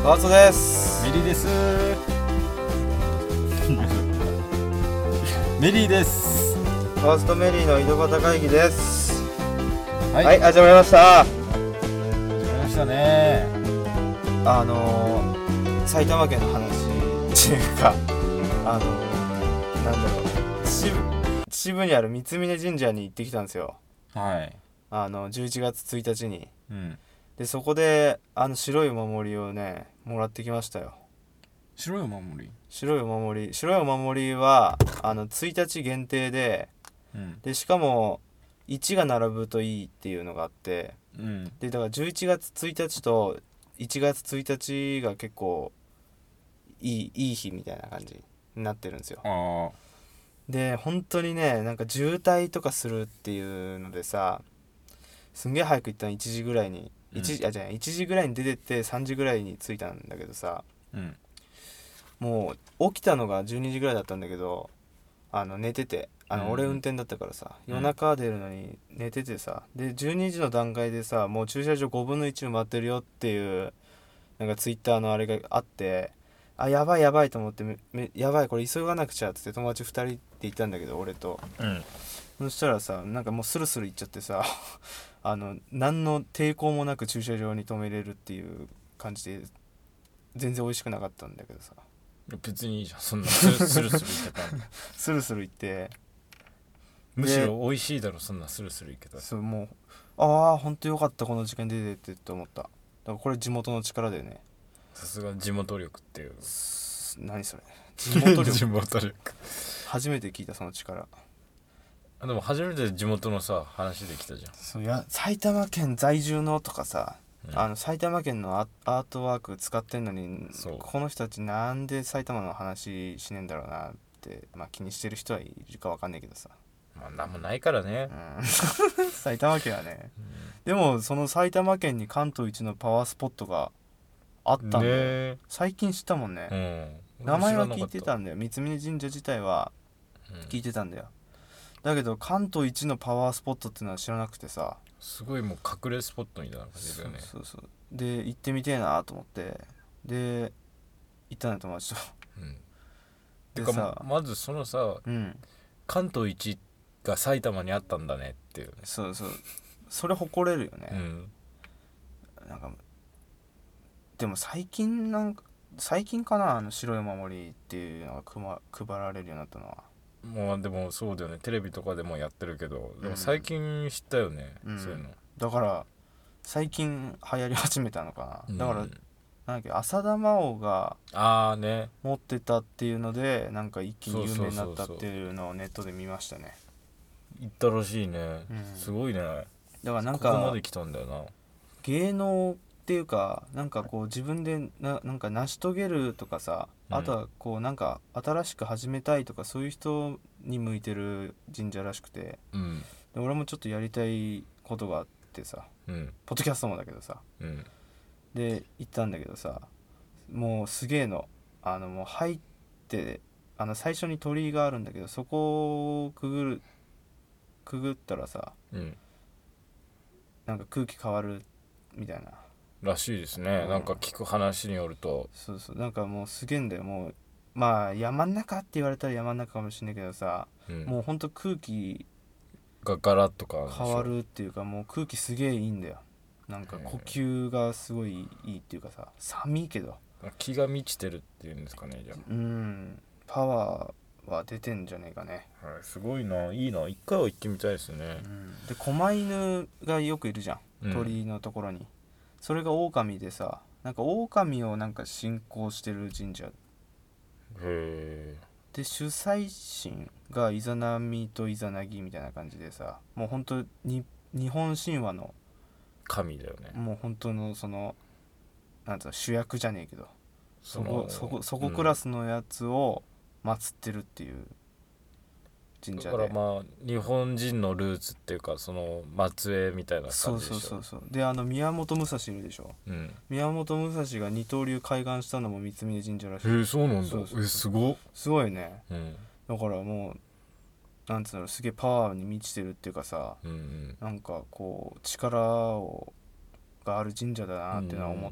川津です。 メリーですメリーです。 川津とメリーの井戸端会議です。 はい、 はい、始まりました。 始まりましたね。 埼玉県の話っていうかなんだろう、秩父にある三峯神社に行ってきたんですよ。 はい。 11月1日に。 うん。 でそこで白いお守りをねもらってきましたよ。 白いお守り。 白いお守りは1日限定で、 うん。 でしかも1が並ぶといいっていうのがあって、 うん。 でだから11月1日と1月1日が結構いい日みたいな感じになってるんですよ。 ああ。 で本当にね、なんか渋滞とかするっていうのでさ、すんげえ早く行ったの。1時ぐらいに1時ぐらいに出てって3時ぐらいに着いたんだけどさ、 うん。 もう起きたのが12時ぐらいだったんだけど、寝てて、俺運転だったからさ、夜中出るのに寝ててさ、で12時の段階でさ、もう駐車場5分の1埋まってるよっていうなんかツイッターのあれがあって、やばいやばいと思って、やばいこれ急がなくちゃっつって友達2人で行ったんだけど、俺と。 うん。 そしたらさ、なんかもうスルスル行っちゃってさ何の抵抗もなく駐車場に止めれるっていう感じで、全然美味しくなかったんだけどさ。 別にいいじゃん、そんなスルスル言ってたんでスルスル行って、 むしろ美味しいだろ、そんなスルスル言ってたら。 そう、もうほんとよかった、この時間出てって思った。だからこれ地元の力だよね。 さすが地元力っていう。 何それ、地元力地元力。 初めて聞いた、その力。 でも初めて地元のさ話できたじゃん。 そう、いや埼玉県在住のとかさ、 うん、 埼玉県のアートワーク使ってんのに、 そうこの人たちなんで埼玉の話しねえんだろうなって、気にしてる人はいるかわかんないけどさ、 まあなんもないからね。 埼玉県はね、 うん、 でもその埼玉県に関東一のパワースポットがあったんだよ、 ね。 最近知ったもんね。 うん。 名前は聞いてたんだよ、三峯神社自体は聞いて、 てたんだよ。だけど関東一のパワースポットっていうのは知らなくてさ、 すごいもう隠れスポットみたいな感じだよね。 そうで行ってみてえなと思って、で行ったのよ、友達と。 うん。てかでさ、 まずそのさ、 うん、 関東一が埼玉にあったんだねっていうね。 そうそれ誇れるよね。 うん。 なんかでも最近かな、白いお守りっていうのが配られるようになったのは。 もうでもそうだよね、テレビとかでもやってるけど、でもうん、 最近知ったよね、 うん、 そういうの。 だから最近流行り始めたのかな、だからうん。 なんだっけ、浅田真央がああね。 持ってたっていうので、なんか一気に有名になったっそうていうのをネットで見ましたね。 行ったらしいね、 うん、 すごいね。 だからなんここまかで来たんだよな。 芸能っていうか、なんかこう自分でなんか成し遂げるとかさ、 うん、 あとはこうなんか新しく始めたいとか、そういう人に向いてる神社らしくて、 うん、 で俺もちょっとやりたいことがあってさ、 うん、 ポッドキャストもだけどさ、 うん、 で行ったんだけどさ、もうすげえの、もう入って、最初に鳥居があるんだけど、そこをくぐったらさ、 うん。 なんか空気変わるみたいな。 らしいですね、 うん、 なんか聞く話によると。 そう、なんかもうすげえんだよ。もうまあ山ん中って言われたら山ん中かもしれないけどさ、 うん、 もうほんと空気がガラッとか変わるっていうか、もう空気すげえいいんだよ。なんか呼吸がすごいいいっていうかさ、寒いけど気が満ちてるっていうんですかね、じゃパワーは出てんじゃねえかね。 あ。はい、すごいな、いいな、一回は行ってみたいですね。 で狛犬がよくいるじゃん、 うん、 鳥居のところに。それが狼でさ、なんか狼をなんか信仰してる神社へえ。 で、主催神がイザナミとイザナギみたいな感じでさ、もう本当に日本神話の神だよね。 もう本当のそのなんつうの、主役じゃねえけど、そこクラうん、 スのやつを祀ってるっていう神だ社で。 からまあ日本人のルーツっていうか、その末裔みたいな感じでしょ。 そうで、宮本武蔵いるでしょ。 うん。 宮本武蔵が二刀流開眼したのも三峯神社らしい。 そうなんだ。すごっ。 すごいね。 うん、 だからもうなんつうの、すげえパワーに満ちてるっていうかさ、 うん、 なんかこう力がある神社だなってのは思ったよ。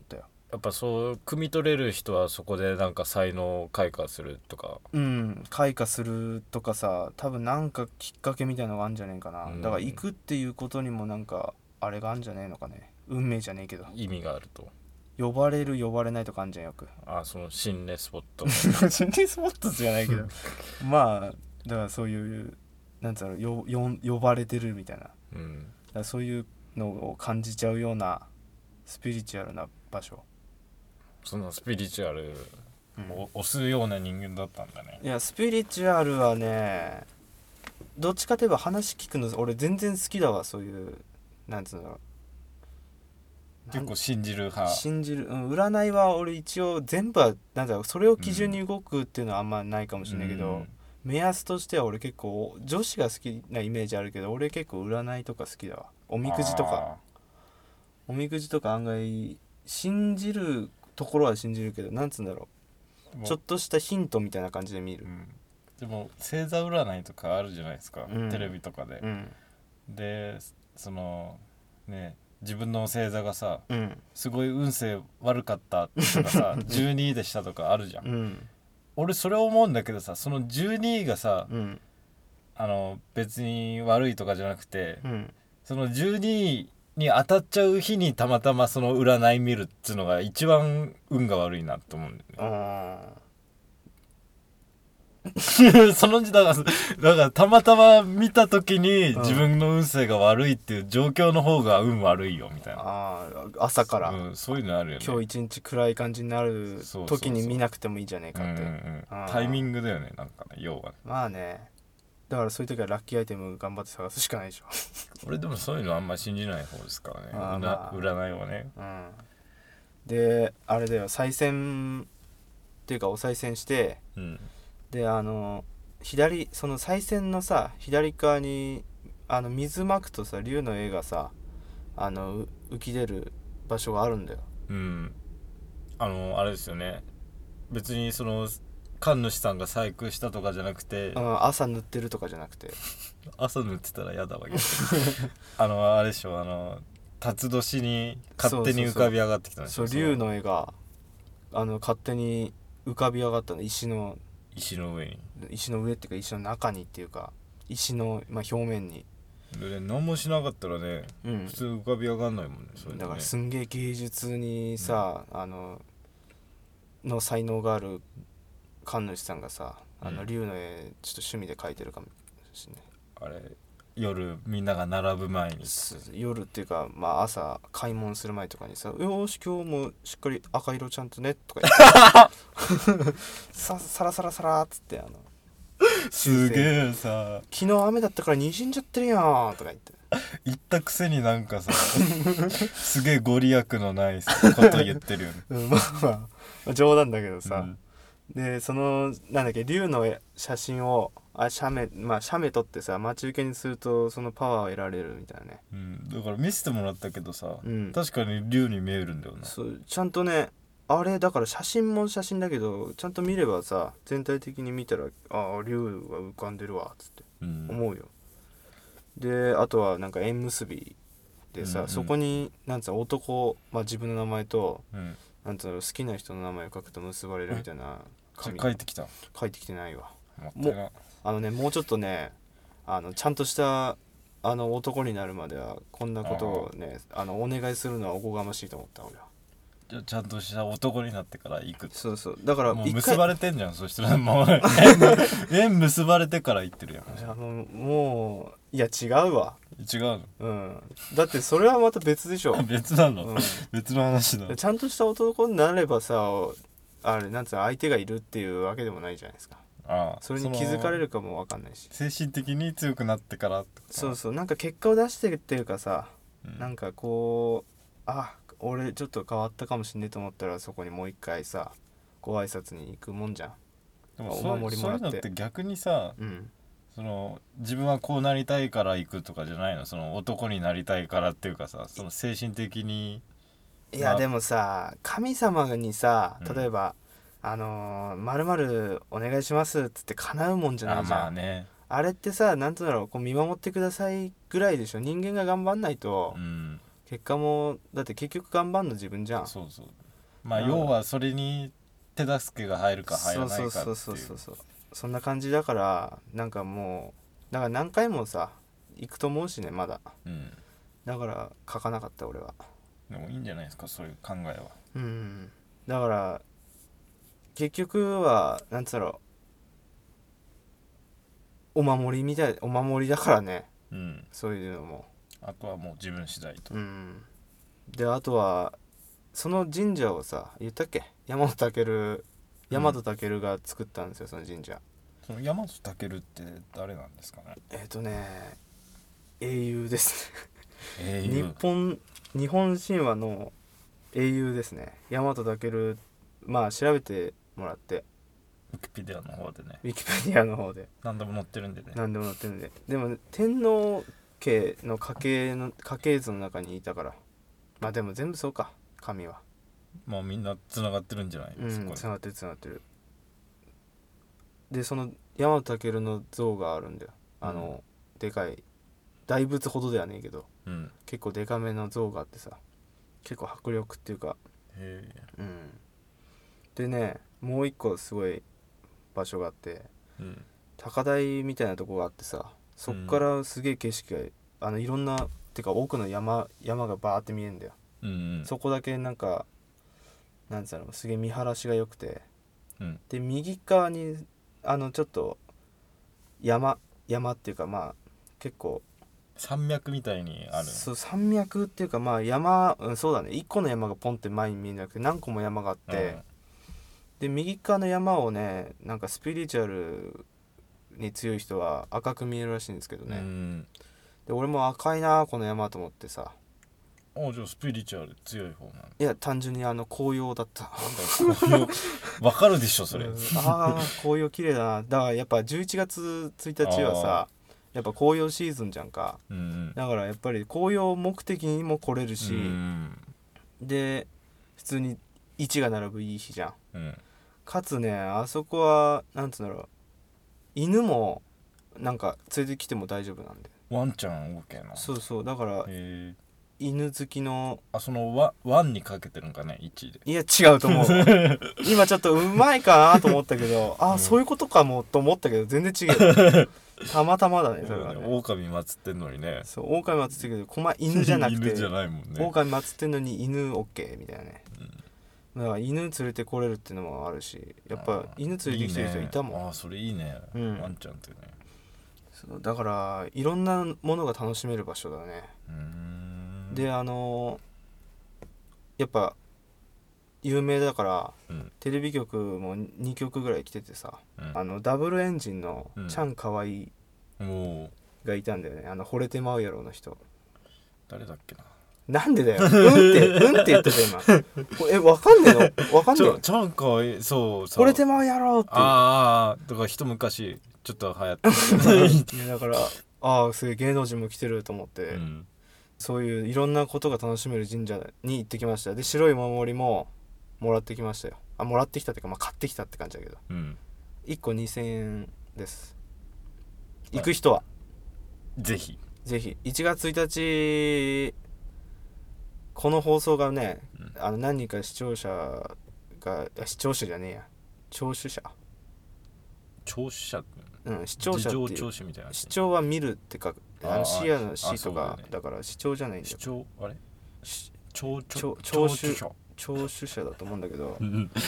やっぱそう汲み取れる人はそこでなんか才能を開花するとか。 開花するとかさ、多分なんかきっかけみたいなのがあるんじゃねえかな、だから行くっていうことにもなんかあれがあるんじゃねえのかね、運命じゃねえけど、 意味があると。 呼ばれる呼ばれないとかあるんじゃんよく。 その心霊スポット心霊スポットじゃないけどまあだからそういうなんつうの呼ばれてるみたいな、だからそういうのを感じちゃうようなスピリチュアルな場所。 そのスピリチュアルを推すような人間だったんだね。 いやスピリチュアルはね、どっちかといえば話聞くの俺全然好きだわ。そういうなんつうんだろう、 結構信じる派。 信じる、占いは俺一応全部はなんだろう、それを基準に動くっていうのはあんまないかもしれないけど、目安としては俺結構女子が好きなイメージあるけど、俺結構占いとか好きだわ。おみくじとか案外信じるところは信じるけど、なんつうんだろう、ちょっとしたヒントみたいな感じで見る。 でも星座占いとかあるじゃないですか、テレビとかで、でそのね、自分の星座がさ、すごい運勢悪かったとかさ12位でしたとかあるじゃん、俺それ思うんだけどさ、その12位がさ、別に悪いとかじゃなくて、その12位に当たっちゃう日にたまたまその占い見るっつうのが一番運が悪いなと思うんだよね。その時だからたまたま見た時に自分の運勢が悪いっていう状況の方が運悪いよみたいな、 朝から、 そういうのあるよね。 今日一日暗い感じになる時に見なくてもいいじゃねえかって、 タイミングだよね、なんかね、要は。 まあね、だからそういう時はラッキーアイテム頑張って探すしかないでしょ俺でもそういうのあんま信じない方ですからね、占いはね。 であれだよ、再選っていうかお賽銭して、でその賽銭のさ左側に水まくとさ竜の絵がさ浮き出る場所があるんだよ。 あれですよね、別にその神主さんが細工したとかじゃなくて、 朝塗ってるとかじゃなくて朝塗ってたら嫌だわけあれでしょ、辰年に勝手に浮かび上がってきたんでしょ。 そう竜の絵が勝手に浮かび上がったの、石の上っていうか石の中にっていうか石の、表面に。 で何もしなかったらね、普通浮かび上がんないもんね。それね、 だからすんげえ芸術にさ、の才能がある神主さんがさ竜の絵ちょっと趣味で描いてるかもしれない。 あれ夜みんなが並ぶ前に、 夜っていうか、朝開門する前とかにさ、よーし今日もしっかり赤色ちゃんとねとか言ってサラサラサラっつってすげえさ、 昨日雨だったから滲んじゃってるやんとか言ったくせになんかさすげえご利益のないこと言ってるよね冗談だけどさ、でそのなんだっけ竜の写真を写メ撮ってさ待ち受けにするとそのパワーを得られるみたいなね、 だから見せてもらったけどさ、確かに竜に見えるんだよな。 そうちゃんとね、あれだから写真も写真だけどちゃんと見ればさ全体的に見たら竜が浮かんでるわっつって思うよ、であとはなんか縁結びでさ、そこになんつうの男、自分の名前と、なんつうの好きな人の名前を書くと結ばれるみたいな書いてきた。 書いてきてないわ。 もうちょっとねちゃんとした男になるまではこんなことをねお願いするのはおこがましいと思った俺は。 じゃあちゃんとした男になってから行く。 そうだからもう結ばれてんじゃん。そしたらもう縁結ばれてから行ってるやん。 もういや違うわ。 違うの、だってそれはまた別でしょ別なの、別の話だ。 ちゃんとした男になればさあれなんつうの相手がいるっていうわけでもないじゃないですか。それに気づかれるかも分かんないし、 精神的に強くなってからそうなんか結果を出してるっていうかさ、なんかこう俺ちょっと変わったかもしんねえと思ったらそこにもう一回さご挨拶に行くもんじゃん。 でもお守りもらって、そういうのって逆にさ、その自分はこうなりたいから行くとかじゃないの？その男になりたいからっていうかさ、その精神的に。 いやでもさ神様にさ例えば、〇〇お願いしますっつって叶うもんじゃないじゃん。あれってさなんとだろうこう見守ってくださいぐらいでしょ。人間が頑張んないと、結果もだって結局頑張んの自分じゃん。 そうまあ要はそれに手助けが入るか入らないかっていう。 そうそんな感じだから、なんかもうだから何回もさ行くと思うしねまだ、だから書かなかった俺は。 でもいいんじゃないですかそういう考えは。 だから結局はなんつうのお守りみたい、お守りだからね、そういうのも。 あとはもう自分次第と。 であとはその神社をさ言ったっけ、大和武が作ったんですよその神社。 その大和武って誰なんですかね。 英雄です英雄日本神話の英雄ですね。大和武、まあ調べてもらって、 ウィキペディアの方でね。 ウィキペディアの方で何でも載ってるんでね。 何でも載ってるんで。でも、ね、天皇家の家系図の中にいたから、まあでも全部そうか、神は。 まあみんなつながってるんじゃないですか。 つながってる。でその大和武の像があるんだよ。でかい大仏ほどではねえけど、結構でかめの像があってさ、結構迫力っていうか。でね、もう一個すごい場所があって、高台みたいなとこがあってさ、そっからすげえ景色がいろんなてか奥の山がバーって見えるんだよ。そこだけなんかなんつうのすげえ見晴らしが良くて、で右側にちょっと山っていうか、まあ結構山脈みたいにある。 そう山脈っていうかまあ山、そうだね、1個の山がポンって前に見えなくて何個も山があって、で右側の山をね、なんかスピリチュアルに強い人は赤く見えるらしいんですけどね、で俺も赤いなこの山と思ってさ。 じゃあスピリチュアル強い方なの？ いや単純に紅葉だった。 紅葉わかるでしょそれ。 紅葉綺麗だな。だからやっぱ11月1日はさやっぱ紅葉シーズンじゃんか、だからやっぱり紅葉目的にも来れるし、で普通に1が並ぶいい日じゃん、かつねあそこはなんつうんだろう、犬もなんか連れてきても大丈夫なんで。 ワンちゃん OK な。 そうだから犬好きのそのワンにかけてるのかね1位で。 いや違うと思う今ちょっとうまいかなと思ったけどそういうことかもと思ったけど全然違うたまたまだねそれはね。 狼祀ってんのにね。 そう狼祀ってるけど犬じゃなくて犬じゃないもんね。 狼祀ってんのに犬 OK みたいなね、だから犬連れてこれるっていうのもあるし、やっぱ犬連れてきてる人いたもん。 それいいね、ワンちゃんってね。 そうだからいろんなものが楽しめる場所だね。でやっぱ有名だから、テレビ局も2局ぐらい来ててさ、ダブルエンジンのチャンカワイがいたんだよね。惚れてまうやろの人。 誰だっけな。 なんでだよ。って言ってた今。わかんねえの？わかんねえの？ チャンカワイ、そう惚れてまうやろって。 だから一昔ちょっと流行っていやだからすげえ芸能人も来てると思って、そういういろんなことが楽しめる神社に行ってきました。で白い守りももらってきましたよ。もらってきたっていうか、買ってきたって感じだけど、1個2000円です。行く人はぜひ 1月1日この放送がね、何人か視聴者じゃねえや聴取者視聴者っていうみたいな。 視聴は見るって書く、視野の視とかだから視聴じゃないんだよ。聴取者だと思うんだけど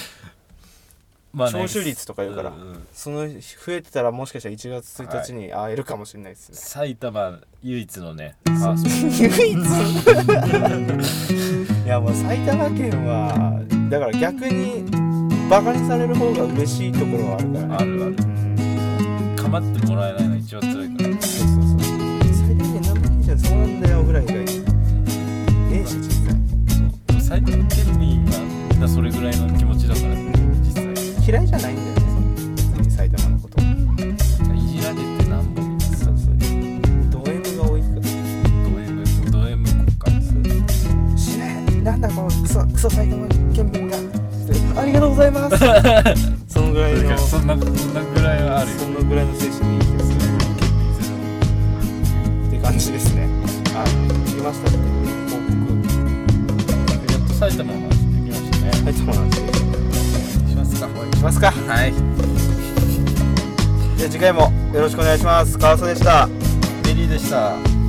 聴取率とか言うから、その増えてたらもしかしたら1月1日に会えるかもしれないですね。 埼玉唯一のね唯一いやもう埼玉県はだから逆にバカにされる方が嬉しいところはあるからね。 ある構ってもらえないのが一番辛いから。 そう埼玉県何もいいじゃんそうなんだよぐらいがいい。し実際埼玉県民がみんなそれぐらいの気持ちだからね。 嫌いじゃないんだよね埼玉のこと。 いじられてなんぼみたいな。 そうド M が多いから。 ド M 国家死ねなんだこのクソ埼玉県民がありがとうございますそのぐらいのそんなぐらいはあるよ。 そんなぐらいの精神でいいですって感じですね。聞きましたね報告。 やっと埼玉の話できましたね。 埼玉ますか。 はい。 じゃあ次回もよろしくお願いします。川瀬でした。 ベリーでした。